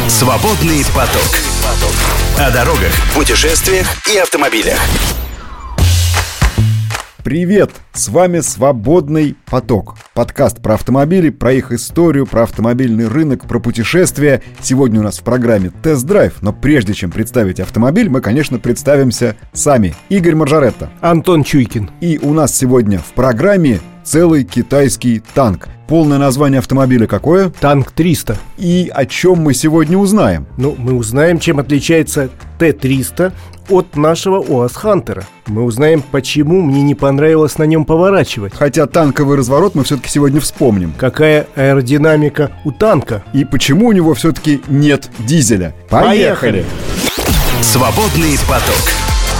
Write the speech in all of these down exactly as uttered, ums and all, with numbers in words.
Свободный поток. О дорогах, путешествиях и автомобилях. Привет! С вами «Свободный поток». Подкаст про автомобили, про их историю, про автомобильный рынок, про путешествия. Сегодня у нас в программе тест-драйв, но прежде чем представить автомобиль, мы, конечно, представимся сами. Игорь Маржаретто. Антон Чуйкин. И у нас сегодня в программе целый китайский танк. Полное название автомобиля какое? Танк триста. И о чем мы сегодня узнаем? Ну, мы узнаем, чем отличается Т триста от нашего УАЗ Хантера. Мы узнаем, почему мне не понравилось на нем поворачивать. Хотя танковый разворот мы все-таки сегодня вспомним. Какая аэродинамика у танка. И почему у него все-таки нет дизеля. Поехали! Свободный поток.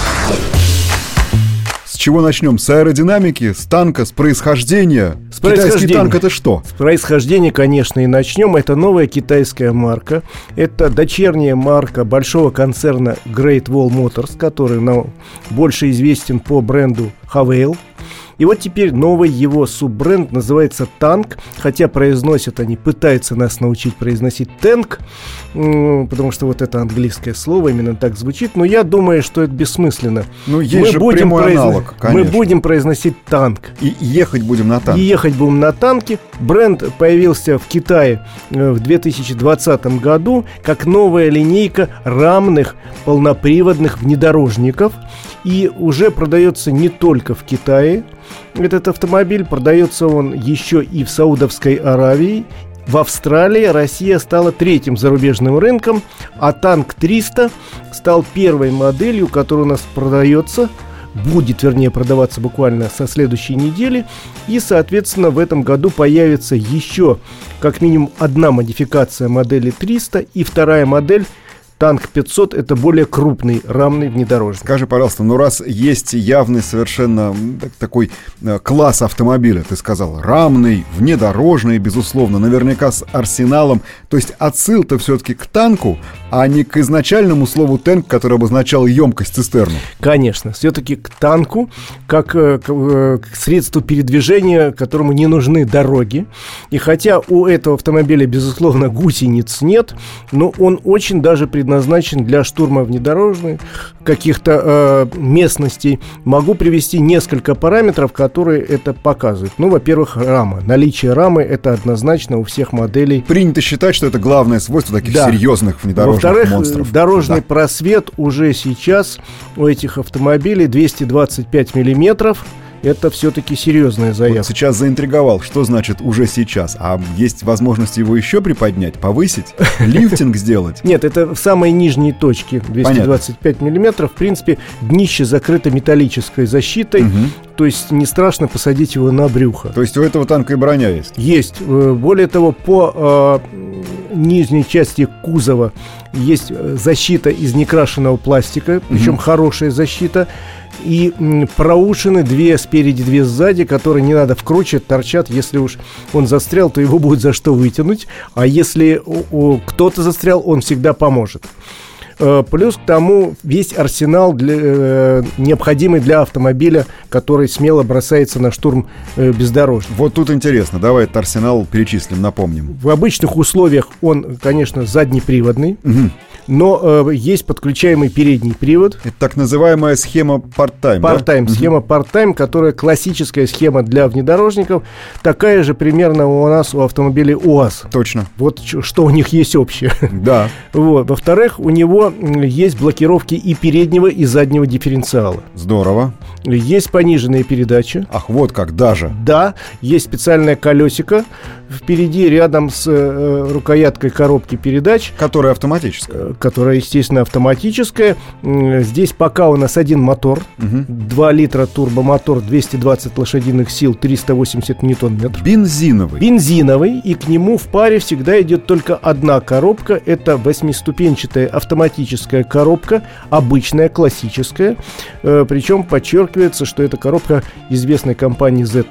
С чего начнем? С аэродинамики, с танка, с происхождения? С Китайский происхождения. танк — это что? С происхождения, конечно, и начнем. Это новая китайская марка. Это дочерняя марка большого концерна Great Wall Motors, который нам больше известен по бренду Havail. И вот теперь новый его суббренд называется «Танк», хотя произносят они, пытаются нас научить произносить «тэнк», потому что вот это английское слово именно так звучит, но я думаю, что это бессмысленно. Ну, есть мы же будем прямой произно... аналог, конечно. Мы будем произносить «танк». И ехать будем на танке. И ехать будем на танке. Бренд появился в Китае в две тысячи двадцатом году как новая линейка рамных полноприводных внедорожников. И уже продается не только в Китае. Этот автомобиль продается он еще и в Саудовской Аравии. В Австралии Россия стала третьим зарубежным рынком, а танк триста стал первой моделью, которая у нас продается, будет, вернее, продаваться буквально со следующей недели. И, соответственно, в этом году появится еще как минимум одна модификация модели триста и вторая модель Танк пятьсот — это более крупный рамный внедорожник. Скажи, пожалуйста, ну раз есть явный совершенно такой класс автомобиля, ты сказал, рамный, внедорожный, безусловно, наверняка с арсеналом, то есть отсыл-то все-таки к танку, а не к изначальному слову «тэнк», который обозначал емкость цистерны. Конечно, все-таки к танку, как к, к средству передвижения, которому не нужны дороги. И хотя у этого автомобиля, безусловно, гусениц нет, но он очень даже предназначен назначен для штурма внедорожных каких-то э, местностей. Могу привести несколько параметров, которые это показывают. Ну, во-первых, рама. Наличие рамы — это однозначно у всех моделей. Принято считать, что это главное свойство таких да. серьезных внедорожных Во-вторых, монстров. дорожный да. просвет уже сейчас у этих автомобилей двести двадцать пять миллиметров. Это все-таки серьезная заявка. Вот сейчас заинтриговал. Что значит уже сейчас? А есть возможность его еще приподнять, повысить, лифтинг сделать? Нет, это в самой нижней точке двести двадцать пять миллиметров. В принципе, днище закрыто металлической защитой. Угу. То есть не страшно посадить его на брюхо. То есть у этого танка и броня есть? Есть. Более того, по э, нижней части кузова есть защита из некрашенного пластика. Причем угу. хорошая защита. И м, проушины, две спереди, две сзади, которые не надо вкручивать, торчат. Если уж он застрял, то его будет за что вытянуть. А если о, о, кто-то застрял, он всегда поможет. э, Плюс к тому весь арсенал для, э, необходимый для автомобиля, который смело бросается на штурм э, бездорожья. Вот тут интересно, давай этот арсенал перечислим, напомним. В обычных условиях он, конечно, заднеприводный. Угу. Но э, есть подключаемый передний привод. Это так называемая схема part-time, Part-time, да? схема part-time, которая классическая схема для внедорожников. Такая же примерно у нас у автомобилей УАЗ. Точно. Вот что у них есть общее. Да. Вот. Во-вторых, у него есть блокировки и переднего, и заднего дифференциала. Здорово. Есть пониженные передачи. Ах, вот как, даже. Да, есть специальное колесико впереди, рядом с э, рукояткой коробки передач. Которая автоматическая. Которая, естественно, автоматическая. Здесь пока у нас один мотор. Угу. два литра турбомотор, двести двадцать лошадиных сил, триста восемьдесят ньютон-метров. Бензиновый. Бензиновый. И к нему в паре всегда идет только одна коробка. Это восьмиступенчатая автоматическая коробка. Обычная, классическая. Причем подчеркивается, что это коробка известной компании зет эф.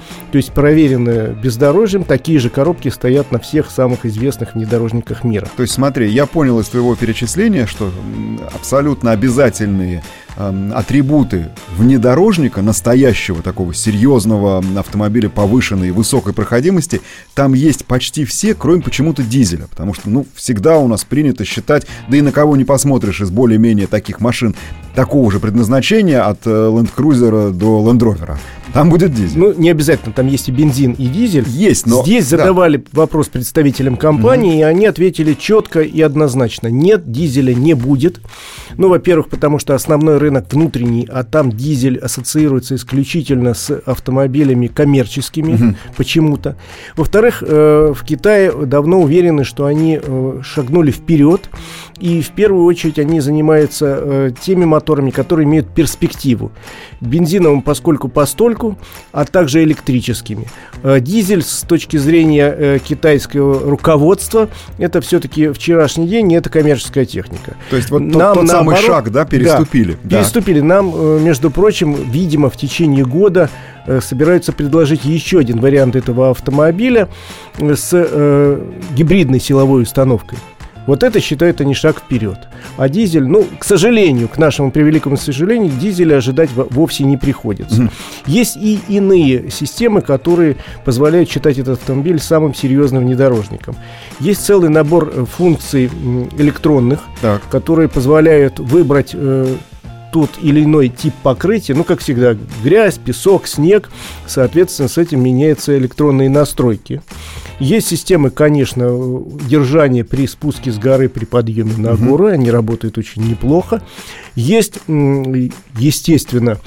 то есть проверенные бездорожьем, такие же коробки стоят на всех самых известных внедорожниках мира. То есть смотри, я понял из твоего перечисления, что абсолютно обязательные э, атрибуты внедорожника, настоящего такого серьезного автомобиля повышенной и высокой проходимости, там есть почти все, кроме почему-то дизеля. Потому что, ну, всегда у нас принято считать, да и на кого не посмотришь из более-менее таких машин такого же предназначения, от э, Land Cruiser до Land Rover. Там будет дизель. Ну, не обязательно, там есть и бензин, и дизель. Есть, но... Здесь задавали да. вопрос представителям компании, mm-hmm. и они ответили четко и однозначно. Нет, дизеля не будет. Ну, во-первых, потому что основной рынок внутренний, а там дизель ассоциируется исключительно с автомобилями коммерческими mm-hmm. почему-то. Во-вторых, э, в Китае давно уверены, что они э, шагнули вперед, и в первую очередь они занимаются э, теми моторами, которые имеют перспективу. Бензиновым поскольку постольку, а также электрическими. Э, дизель с точки зрения э, китайского руководства, это все-таки вчерашний день, не это коммерческая техника. То есть вот Нам, тот, тот самый шаг, да, переступили. Да, переступили. Нам, э, между прочим, видимо, в течение года э, собираются предложить еще один вариант этого автомобиля с э, гибридной силовой установкой. Вот это, считают они, шаг вперед. А дизель, ну, к сожалению, к нашему превеликому сожалению, дизеля ожидать вовсе не приходится. Mm-hmm. Есть и иные системы, которые позволяют считать этот автомобиль самым серьезным внедорожником. Есть целый набор функций электронных, так. которые позволяют выбрать э, тот или иной тип покрытия. Ну, как всегда, грязь, песок, снег. Соответственно, с этим меняются электронные настройки. Есть системы, конечно, держания при спуске с горы, при подъеме на uh-huh. гору. Они работают очень неплохо. Есть, естественно,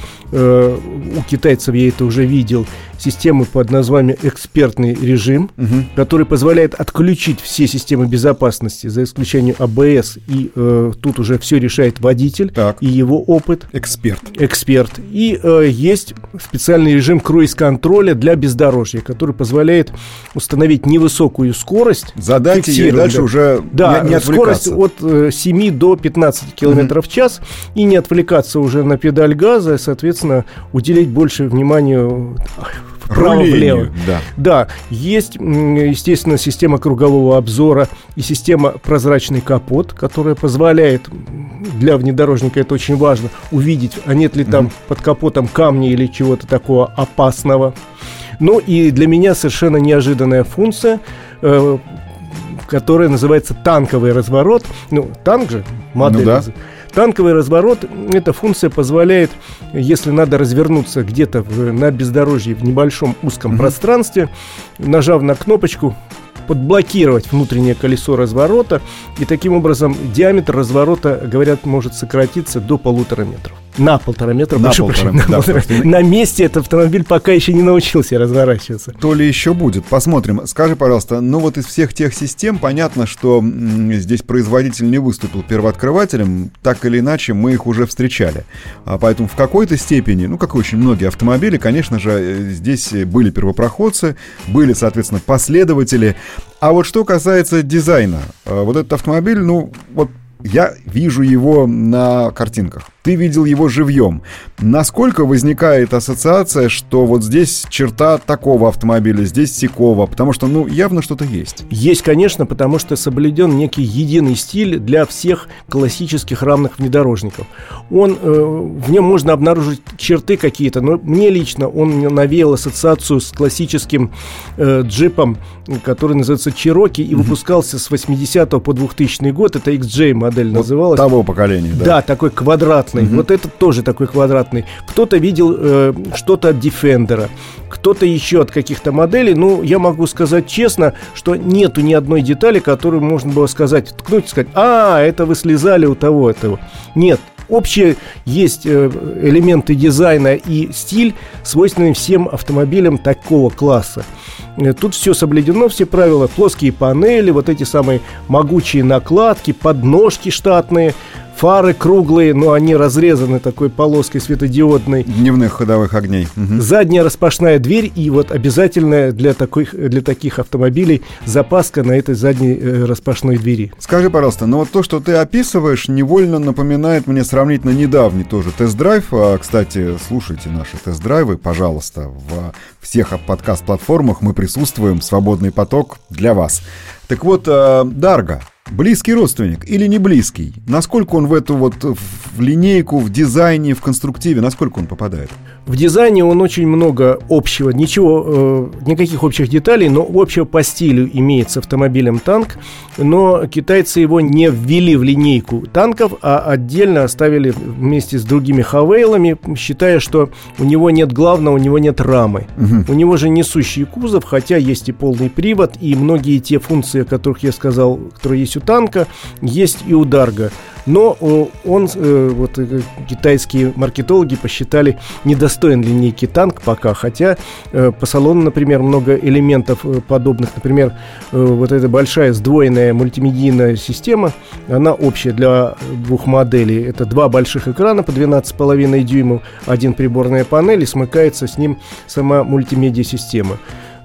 у китайцев, я это уже видел, системы под названием экспертный режим, uh-huh. который позволяет отключить все системы безопасности, за исключением а бэ эс. И э, тут уже все решает водитель так. и его опыт. Эксперт. Эксперт. И э, есть специальный режим круиз-контроля для бездорожья, который позволяет установить невысокую скорость. Задать ее и дальше уже да, не, не отвлекаться. Скорость от э, семи до пятнадцати километров в час. И не отвлекаться уже на педаль газа, соответственно, уделить больше внимания вправо-влево. Да. да, есть, естественно, система кругового обзора и система прозрачный капот, которая позволяет, для внедорожника это очень важно, увидеть, а нет ли там mm-hmm. под капотом камня или чего-то такого опасного. Ну и для меня совершенно неожиданная функция, э, которая называется танковый разворот. Ну, танк же, модель. Ну, да. Танковый разворот, эта функция позволяет, если надо развернуться где-то в, на бездорожье в небольшом узком mm-hmm. пространстве, нажав на кнопочку, подблокировать внутреннее колесо разворота, и таким образом диаметр разворота, говорят, может сократиться до полутора метров. На полтора метра, на, полтора, на, да, полтора. на месте этот автомобиль пока еще не научился разворачиваться. То ли еще будет, посмотрим. Скажи, пожалуйста, ну вот из всех тех систем понятно, что м- здесь производитель не выступил первооткрывателем, так или иначе мы их уже встречали. А поэтому в какой-то степени, ну как и очень многие автомобили, конечно же, здесь были первопроходцы, были, соответственно, последователи. А вот что касается дизайна, вот этот автомобиль, ну вот я вижу его на картинках. Ты видел его живьем. Насколько возникает ассоциация, что вот здесь черта такого автомобиля, здесь сякого? Потому что, ну, явно что-то есть. Есть, конечно, потому что соблюден некий единый стиль для всех классических рамных внедорожников. Он, э, в нем можно обнаружить черты какие-то, но мне лично он навеял ассоциацию с классическим э, джипом, который называется Cherokee и mm-hmm. выпускался с восьмидесятого по двухтысячный год. Это икс джей модель вот называлась. Того поколения, да. Да, такой квадратный. Mm-hmm. Вот этот тоже такой квадратный. Кто-то видел э, что-то от Defender, кто-то еще от каких-то моделей. Ну, я могу сказать честно, что нету ни одной детали, которую можно было сказать, ткнуть и сказать: а, это вы слезали у того, этого. Нет. Общие есть элементы дизайна и стиль, свойственные всем автомобилям такого класса. Тут все соблюдено, все правила. Плоские панели, вот эти самые могучие накладки, подножки штатные. Фары круглые, но они разрезаны такой полоской светодиодной. Дневных ходовых огней. Угу. Задняя распашная дверь, и вот обязательная для таких, для таких автомобилей запаска на этой задней э, распашной двери. Скажи, пожалуйста, ну вот то, что ты описываешь, невольно напоминает мне сравнительно недавний тоже тест-драйв. А, кстати, слушайте наши тест-драйвы, пожалуйста, в всех подкаст-платформах мы присутствуем, свободный поток для вас. Так вот, э, Дарго. Близкий родственник или не близкий? Насколько он в эту вот в линейку, в дизайне, в конструктиве, насколько он попадает? В дизайне он очень много общего, ничего, э, никаких общих деталей, но общего по стилю имеет с автомобилем танк. Но китайцы его не ввели в линейку танков, а отдельно оставили вместе с другими хавейлами, считая, что у него нет главного, у него нет рамы. Угу. У него же несущий кузов, хотя есть и полный привод, и многие те функции, о которых я сказал, которые есть у танка, есть и у Дарго. Но он, вот китайские маркетологи посчитали, недостоин линейки танк пока, хотя по салону, например, много элементов подобных. Например, вот эта большая сдвоенная мультимедийная система, она общая для двух моделей. Это два больших экрана по двенадцать с половиной дюймов, один приборная панель, и смыкается с ним сама мультимедиа-система.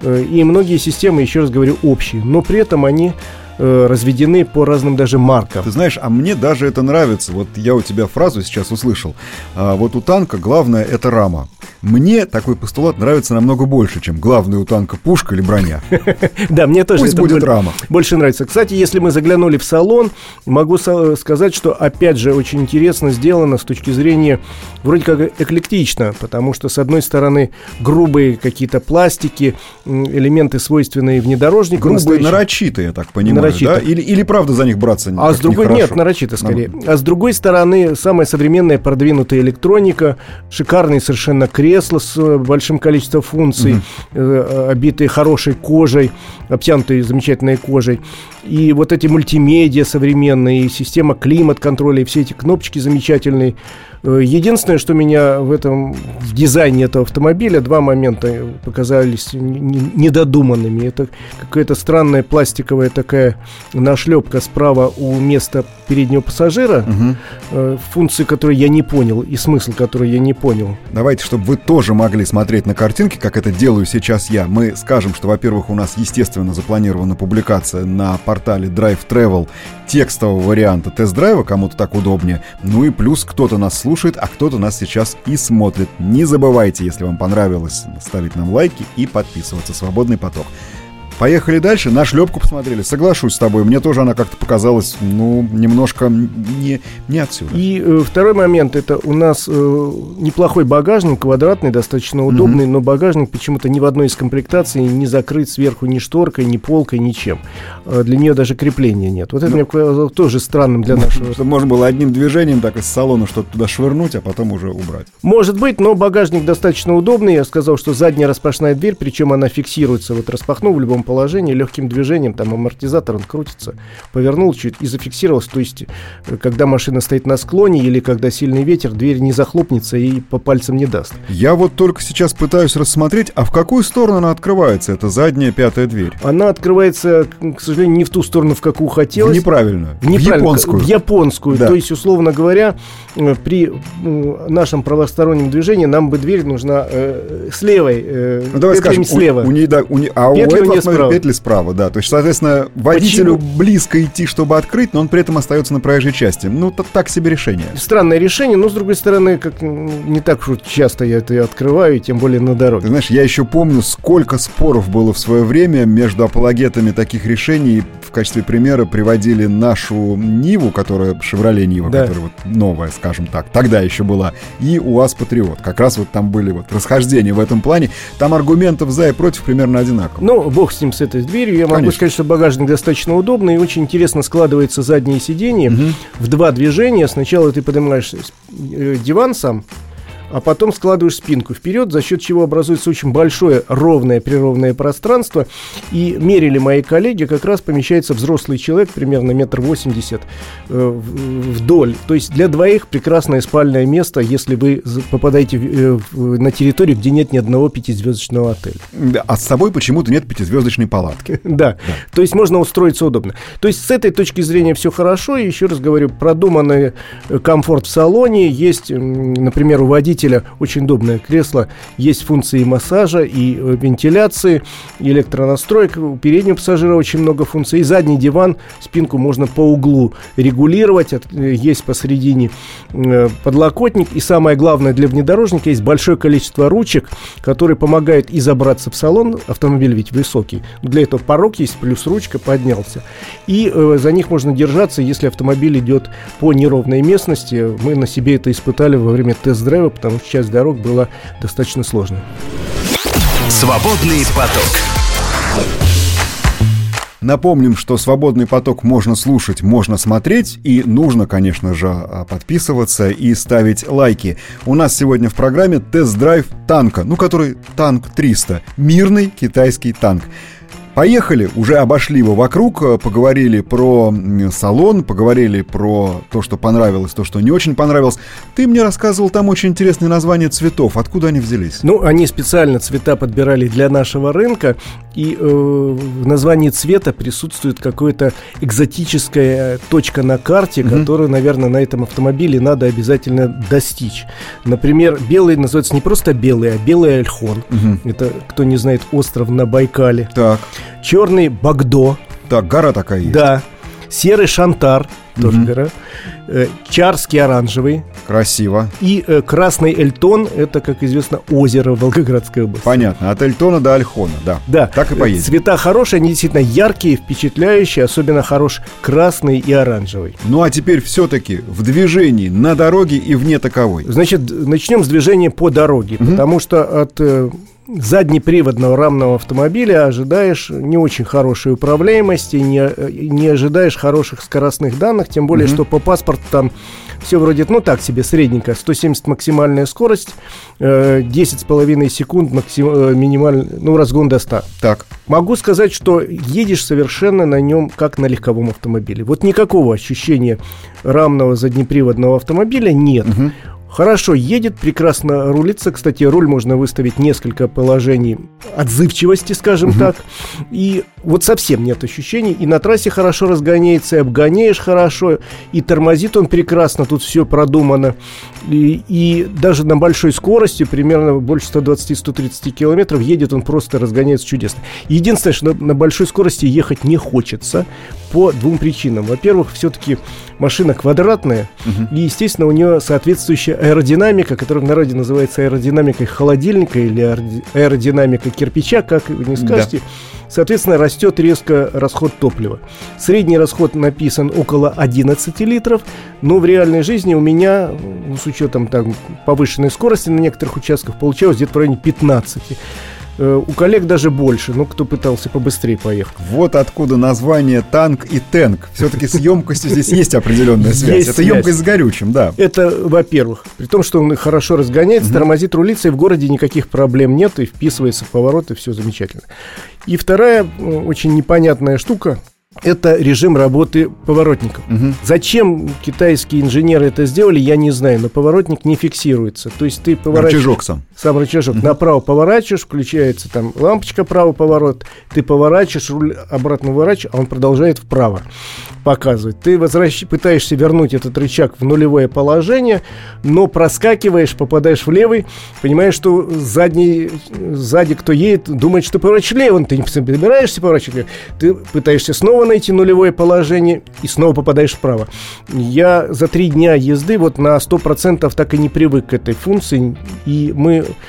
И многие системы, еще раз говорю, общие, но при этом они разведены по разным даже маркам. Ты знаешь, а мне даже это нравится. Вот я у тебя фразу сейчас услышал. А вот у танка главное — это рама. Мне такой постулат нравится намного больше, чем главное у танка пушка или броня. Да, мне тоже пусть будет рама. Больше нравится. Кстати, если мы заглянули в салон, могу сказать, что опять же очень интересно сделано с точки зрения вроде как эклектично, потому что с одной стороны грубые какие-то пластики, элементы, свойственные внедорожнику. Грубые, нарочитые, я так понимаю. Да? Или, или правда за них браться а с другой нет, нарочито скорее. Ну. А с другой стороны, самая современная продвинутая электроника, шикарные совершенно кресла с большим количеством функций, угу. э, обитые хорошей кожей, обтянутые замечательной кожей. И вот эти мультимедиа современные, система климат-контроля, и все эти кнопочки замечательные. Единственное, что меня в этом в дизайне этого автомобиля два момента показались недодуманными. Это какая-то странная пластиковая такая нашлепка справа у места переднего пассажира, угу. функции, которые я не понял, и смысл, который я не понял. Давайте, чтобы вы тоже могли смотреть на картинки, как это делаю сейчас я, мы скажем, что, во-первых, у нас, естественно, запланирована публикация на портале Drive Travel текстового варианта тест-драйва, кому-то так удобнее. Ну и плюс кто-то нас слушает, а кто-то нас сейчас и смотрит. Не забывайте, если вам понравилось, ставить нам лайки и подписываться. Свободный поток. Поехали дальше. На шлепку посмотрели. Соглашусь с тобой. Мне тоже она как-то показалась, ну, немножко не, не отсюда. И э, второй момент. Это у нас э, неплохой багажник, квадратный, достаточно удобный, mm-hmm. но багажник почему-то ни в одной из комплектаций не закрыт сверху ни шторкой, ни полкой, ничем. Э, для нее даже крепления нет. Вот это ну, мне показалось тоже странным для нашего... Чтобы можно было одним движением так из салона что-то туда швырнуть, а потом уже убрать. Может быть, но багажник достаточно удобный. Я сказал, что задняя распашная дверь, причем она фиксируется. Вот распахнув в любом положении, легким движением, там амортизатор, он крутится, повернул чуть и зафиксировался. То есть, когда машина стоит на склоне или когда сильный ветер, дверь не захлопнется и по пальцам не даст. Я вот только сейчас пытаюсь рассмотреть, а в какую сторону она открывается, эта задняя пятая дверь? Она открывается, к сожалению, не в ту сторону, в какую хотелось. В неправильную. В, неправильную, в японскую. В японскую. Да. То есть, условно говоря, при нашем правостороннем движении нам бы дверь нужна э, с левой. Э, ну, давай скажем, слева. У, у ней, да, у ней, а петли у этого петли справа, да. То есть, соответственно, водителю Почему? близко идти, чтобы открыть, но он при этом остается на проезжей части. Ну, то, так себе решение. Странное решение, но, с другой стороны, как не так уж часто я это открываю, тем более на дороге. Ты знаешь, я еще помню, сколько споров было в свое время между апологетами таких решений. В качестве примера приводили нашу Ниву, которая, Шевроле Нива, да. которая вот новая, скажем так, тогда еще была, и УАЗ Патриот. Как раз вот там были вот расхождения в этом плане. Там аргументов за и против примерно одинаково. Ну, бог с ним, с этой дверью. Я могу Конечно. сказать, что багажник достаточно удобный и очень интересно складывается заднее сиденье угу. в два движения. Сначала ты поднимаешь диван сам, а потом складываешь спинку вперед, за счет чего образуется очень большое ровное прировное пространство. И мерили мои коллеги, как раз помещается взрослый человек, примерно метр восемьдесят, э, вдоль. То есть для двоих прекрасное спальное место, если вы попадаете в, в, на территорию, где нет ни одного пятизвездочного отеля. А с собой почему-то нет пятизвездочной палатки. Да, то есть можно устроиться удобно. То есть с этой точки зрения все хорошо. И еще раз говорю, продуманный комфорт в салоне. Есть, например, у водителя очень удобное кресло. Есть функции массажа и вентиляции, и электронастроек. У переднего пассажира очень много функций. И задний диван, спинку можно по углу регулировать. Есть посередине подлокотник. И самое главное, для внедорожника есть большое количество ручек, которые помогают и забраться в салон. Автомобиль ведь высокий. Для этого порог есть, плюс ручка, поднялся. И э, за них можно держаться, если автомобиль идет по неровной местности. Мы на себе это испытали во время тест-драйва, потому что часть дорог была достаточно сложной. Свободный поток. Напомним, что «Свободный поток» можно слушать, можно смотреть, и нужно, конечно же, подписываться и ставить лайки. У нас сегодня в программе тест-драйв танка, ну, который танк триста, мирный китайский танк. Поехали, уже обошли его вокруг, поговорили про салон, поговорили про то, что понравилось, то, что не очень понравилось. Ты мне рассказывал, там очень интересные названия цветов. Откуда они взялись? Ну, они специально цвета подбирали для нашего рынка, и э, в названии цвета присутствует какая-то экзотическая точка на карте, mm-hmm. которую, наверное, на этом автомобиле надо обязательно достичь. Например, белый называется не просто белый, а белый Ольхон. Mm-hmm. Это, кто не знает, остров на Байкале. Так. Черный Багдо. Так, гора такая есть. Да. Серый Шантар, тоже mm-hmm. гора. Э, Чарский оранжевый. Красиво. И э, красный Эльтон, это, как известно, озеро в Волгоградской области. Понятно, от Эльтона до Ольхона, да. Да. Так и поедем. Цвета хорошие, они действительно яркие, впечатляющие. Особенно хорош красный и оранжевый. Ну а теперь все-таки в движении, на дороге и вне таковой. Значит, начнем с движения по дороге. Mm-hmm. Потому что от... Э, заднеприводного рамного автомобиля ожидаешь не очень хорошей управляемости, не, не ожидаешь хороших скоростных данных, тем более, mm-hmm. что по паспорту там все вроде, ну так себе, средненько, сто семьдесят максимальная скорость, десять с половиной секунд максим, минимальный, ну, разгон до ста. Так. Могу сказать, что едешь совершенно на нем, как на легковом автомобиле. Вот никакого ощущения рамного заднеприводного автомобиля нет. Mm-hmm. Хорошо едет, прекрасно рулится. Кстати, руль можно выставить несколько положений отзывчивости, скажем угу. так. И вот совсем нет ощущений. И на трассе хорошо разгоняется, и обгоняешь хорошо, и тормозит он прекрасно. Тут все продумано. И, и даже на большой скорости, примерно больше сто двадцать - сто тридцать километров, едет он просто, разгоняется чудесно. Единственное, что на, на большой скорости ехать не хочется по двум причинам. Во-первых, все-таки машина квадратная, угу. и, естественно, у нее соответствующая аэродинамика, которая в народе называется аэродинамикой холодильника или аэродинамикой кирпича, как вы не скажете. Да. Соответственно, растет резко расход топлива. Средний расход написан около одиннадцать литров, но в реальной жизни у меня, с учетом там, повышенной скорости на некоторых участках, получалось где-то в районе пятнадцати. У коллег даже больше, ну, кто пытался побыстрее поехать. Вот откуда название танк и тэнк. Все-таки с емкостью здесь есть определенная связь. Есть Это связь. Емкость с горючим, да. Это, во-первых, при том, что он хорошо разгоняется, угу. тормозит, рулится, и в городе никаких проблем нет, и вписывается в повороты, все замечательно. И вторая очень непонятная штука — это режим работы поворотников. Угу. Зачем китайские инженеры это сделали, я не знаю, но поворотник не фиксируется. То есть ты поворачиваешь... Рычажок сам. Сам рычажок. Угу. Направо поворачиваешь, включается там лампочка правый поворот, ты поворачиваешь, руль обратно выворачиваешь, а он продолжает вправо показывать. Ты возвращ... пытаешься вернуть этот рычаг в нулевое положение, но проскакиваешь, попадаешь в левый, понимаешь, что задний... сзади кто едет, думает, что поворачиваешь левым, ты не собираешься поворачивать левым, ты пытаешься снова найти нулевое положение и снова попадаешь вправо. Я за три дня езды вот на сто процентов так и не привык к этой функции, и мы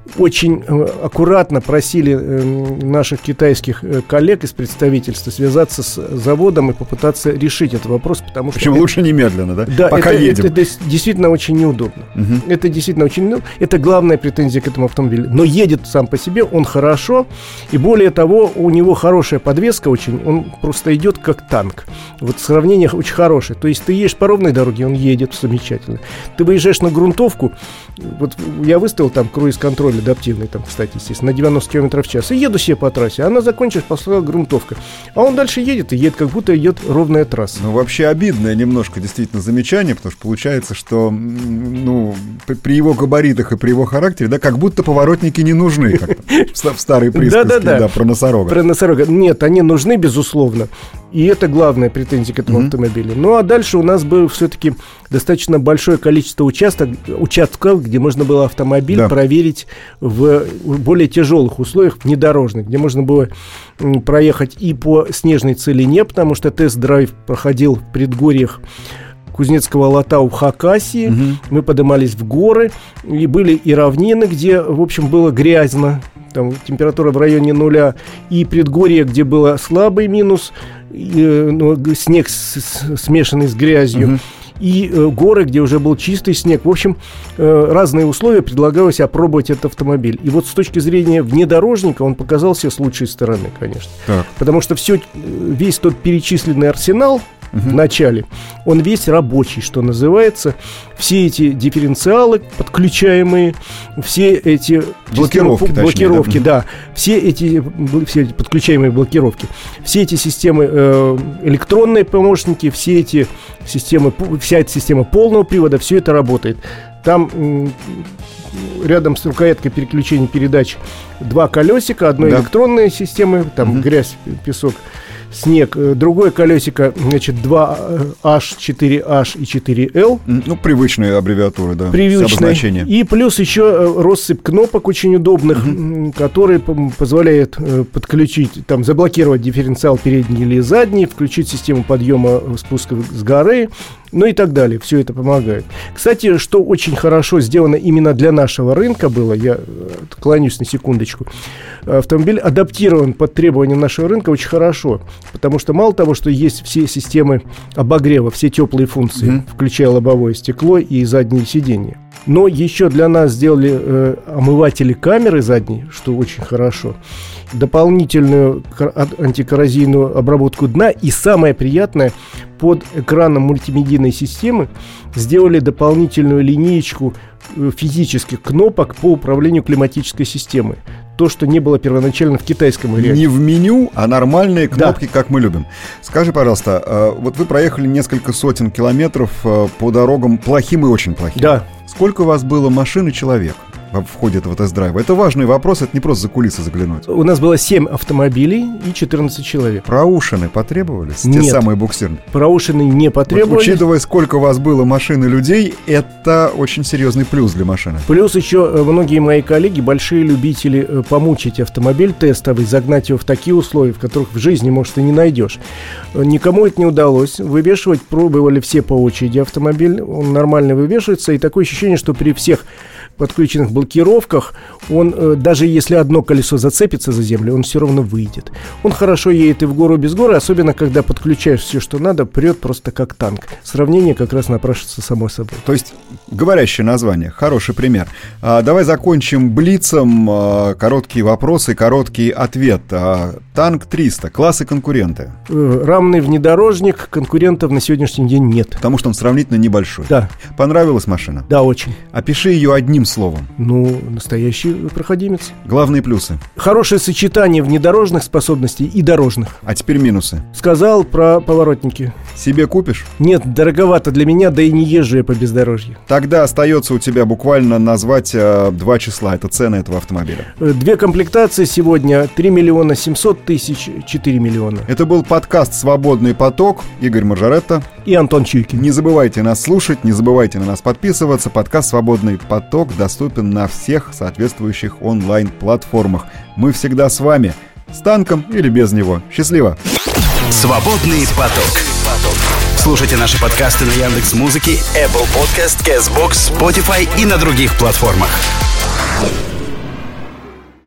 очень аккуратно просили наших китайских коллег из представительства связаться с заводом и попытаться решить этот вопрос, потому что... Причем лучше немедленно, да? Да, пока это, едем. Это, это действительно очень неудобно. Угу. Это действительно очень неудобно. Это главная претензия к этому автомобилю. Но едет сам по себе, он хорошо, и более того, у него хорошая подвеска очень, он просто идет как танк. Вот сравнение очень хорошее. То есть ты едешь по ровной дороге, он едет замечательно. Ты выезжаешь на грунтовку, вот я выставил там круиз-контроль адаптивный, там, кстати, естественно, на девяносто километров в час, и еду себе по трассе, она закончилась, пошла грунтовка. А он дальше едет, и едет, как будто идет ровная трасса. Ну, вообще обидное немножко действительно замечание, потому что получается, что, ну, при его габаритах и при его характере, да, как будто поворотники не нужны, как в старой присказке, да, про носорога. Про носорога. Нет, они нужны, безусловно. И это главная претензия к этому mm-hmm. автомобилю. Ну, а дальше у нас было все-таки достаточно большое количество участок, участков, где можно было автомобиль да. проверить в более тяжелых условиях, внедорожных, где можно было проехать и по снежной целине, потому что тест-драйв проходил в предгорьях Кузнецкого Алатау в Хакасии. Угу. Мы поднимались в горы, и были и равнины, где, в общем, было грязно, там температура в районе нуля, и предгорье, где было слабый минус, и, ну, снег с, с, смешанный с грязью. Угу. И э, горы, где уже был чистый снег. В общем, э, разные условия, предлагалось опробовать этот автомобиль. И вот с точки зрения внедорожника он показался с лучшей стороны, конечно. Так. Потому что все, весь тот перечисленный арсенал Uh-huh. в начале, он весь рабочий, что называется. Все эти дифференциалы подключаемые, все эти блокировки, системы, блокировки, да, да, все эти, все эти подключаемые блокировки, все эти системы э, электронные помощники, все эти системы, вся эта система полного привода, все это работает. Там м- рядом с рукояткой переключения передач два колесика, одной да. электронной системы, там uh-huh. грязь, песок, снег, другое колесико, значит, два эйч, четыре эйч и четыре эл. Ну, привычные аббревиатуры, да. Привычные. И плюс еще россыпь кнопок очень удобных, uh-huh. которые позволяют подключить, там, заблокировать дифференциал передний или задний, включить систему подъема спуска с горы, ну и так далее. Все это помогает. Кстати, что очень хорошо сделано именно для нашего рынка было, я отклонюсь на секундочку, автомобиль адаптирован под требования нашего рынка очень хорошо, потому что мало того, что есть все системы обогрева, все теплые функции, mm-hmm. включая лобовое стекло и задние сиденья, но еще для нас сделали э, омыватели камеры задней, что очень хорошо, дополнительную антикоррозийную обработку дна, и самое приятное, под экраном мультимедийной системы сделали дополнительную линеечку физических кнопок по управлению климатической системой. То, что не было первоначально в китайском варианте. Не в меню, а нормальные кнопки, да. как мы любим. Скажи, пожалуйста, вот вы проехали несколько сотен километров по дорогам плохим и очень плохим. Да. Сколько у вас было машин и человек в ходе этого тест-драйва? Это важный вопрос, это не просто за кулисы заглянуть. У нас было семь автомобилей и четырнадцать человек. Проушины потребовались? Нет. Те самые буксирные? Проушины не потребовались. Вот, учитывая, сколько у вас было машин и людей, это очень серьезный плюс для машины. Плюс еще многие мои коллеги, большие любители помучить автомобиль тестовый, загнать его в такие условия, в которых в жизни, может, и не найдешь. Никому это не удалось. Вывешивать пробовали все по очереди автомобиль. Он нормально вывешивается, и такое ощущение, что при всех подключенных блокировках он, э, даже если одно колесо зацепится за землю, он все равно выйдет. Он хорошо едет и в гору, и без горы, особенно когда подключаешь все, что надо, прет просто как танк. Сравнение как раз напрашивается само собой. То есть говорящее название, хороший пример. А, давай закончим блицом. А, короткие вопросы, короткий ответ. А, танк триста, классы конкуренты. Э, рамный внедорожник, конкурентов на сегодняшний день нет. Потому что он сравнительно небольшой. Да. Понравилась машина? Да, очень. Опиши ее одним словом. Ну, настоящий проходимец. Главные плюсы? Хорошее сочетание внедорожных способностей и дорожных. А теперь минусы? Сказал про поворотники. Себе купишь? Нет, дороговато для меня, да и не езжу я по бездорожью. Тогда остается у тебя буквально назвать э, два числа. Это цена этого автомобиля. Две комплектации сегодня. три миллиона семьсот тысяч, четыре миллиона. Это был подкаст «Свободный поток». Игорь Маржаретта и Антон Чуйкин. Не забывайте нас слушать, не забывайте на нас подписываться. Подкаст «Свободный поток» доступен на всех соответствующих онлайн-платформах. Мы всегда с вами, с танком или без него. Счастливо! Свободный поток. Слушайте наши подкасты на Яндекс.Музыке, Apple Podcast, Castbox, Spotify и на других платформах.